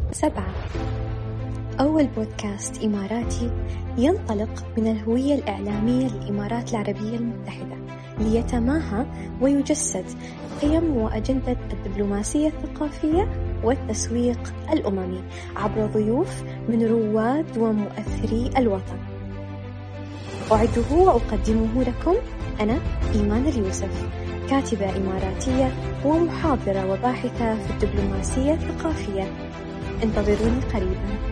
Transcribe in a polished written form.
7. أول بودكاست إماراتي ينطلق من الهوية الإعلامية للإمارات العربية المتحدة ليتماهى ويجسد قيم وأجندة الدبلوماسية الثقافية والتسويق الأممي عبر ضيوف من رواد ومؤثري الوطن. أعده وأقدمه لكم أنا إيمان اليوسف، كاتبة إماراتية ومحاضرة وباحثة في الدبلوماسية الثقافية. انتظروني قريباً.